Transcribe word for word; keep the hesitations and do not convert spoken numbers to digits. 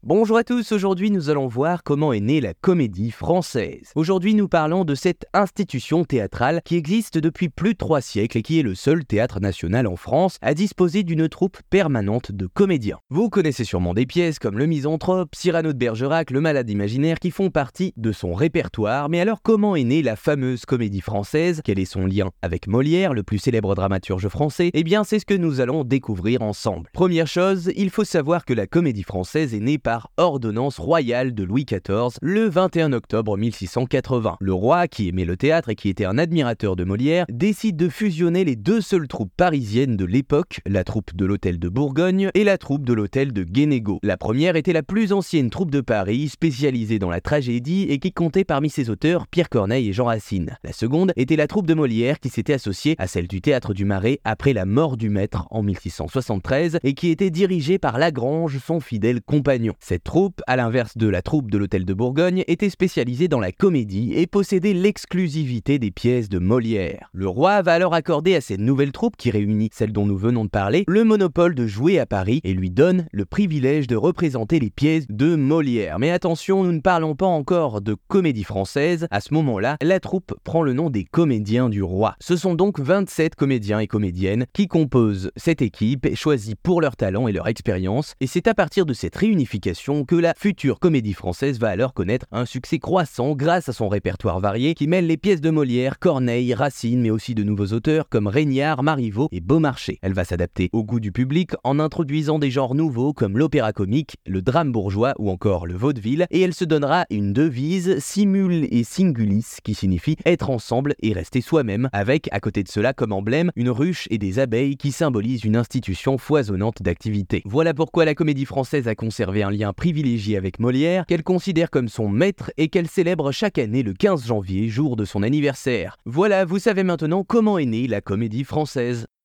Bonjour à tous, aujourd'hui nous allons voir comment est née la Comédie Française. Aujourd'hui nous parlons de cette institution théâtrale qui existe depuis plus de trois siècles et qui est le seul théâtre national en France à disposer d'une troupe permanente de comédiens. Vous connaissez sûrement des pièces comme Le Misanthrope, Cyrano de Bergerac, Le Malade imaginaire qui font partie de son répertoire, mais alors comment est née la fameuse Comédie Française? Quel est son lien avec Molière, le plus célèbre dramaturge français? Eh bien c'est ce que nous allons découvrir ensemble. Première chose, il faut savoir que la Comédie Française est née par par ordonnance royale de Louis quatorze le vingt et un octobre mille six cent quatre-vingts. Le roi, qui aimait le théâtre et qui était un admirateur de Molière, décide de fusionner les deux seules troupes parisiennes de l'époque, la troupe de l'Hôtel de Bourgogne et la troupe de l'Hôtel de Guénégaud. La première était la plus ancienne troupe de Paris, spécialisée dans la tragédie et qui comptait parmi ses auteurs Pierre Corneille et Jean Racine. La seconde était la troupe de Molière qui s'était associée à celle du Théâtre du Marais après la mort du maître en mille six cent soixante-treize et qui était dirigée par Lagrange, son fidèle compagnon. Cette troupe, à l'inverse de la troupe de l'Hôtel de Bourgogne, était spécialisée dans la comédie et possédait l'exclusivité des pièces de Molière. Le roi va alors accorder à cette nouvelle troupe, qui réunit celle dont nous venons de parler, le monopole de jouer à Paris et lui donne le privilège de représenter les pièces de Molière. Mais attention, nous ne parlons pas encore de Comédie Française. À ce moment-là, la troupe prend le nom des Comédiens du Roi. Ce sont donc vingt-sept comédiens et comédiennes qui composent cette équipe, choisis pour leur talent et leur expérience, et c'est à partir de cette réunification que la future Comédie Française va alors connaître un succès croissant grâce à son répertoire varié qui mêle les pièces de Molière, Corneille, Racine, mais aussi de nouveaux auteurs comme Régnard, Marivaux et Beaumarchais. Elle va s'adapter au goût du public en introduisant des genres nouveaux comme l'opéra comique, le drame bourgeois ou encore le vaudeville, et elle se donnera une devise simul et singulis qui signifie être ensemble et rester soi-même, avec à côté de cela comme emblème une ruche et des abeilles qui symbolisent une institution foisonnante d'activité. Voilà pourquoi la Comédie Française a conservé un lien privilégié avec Molière, qu'elle considère comme son maître et qu'elle célèbre chaque année le quinze janvier, jour de son anniversaire. Voilà, vous savez maintenant comment est née la Comédie Française.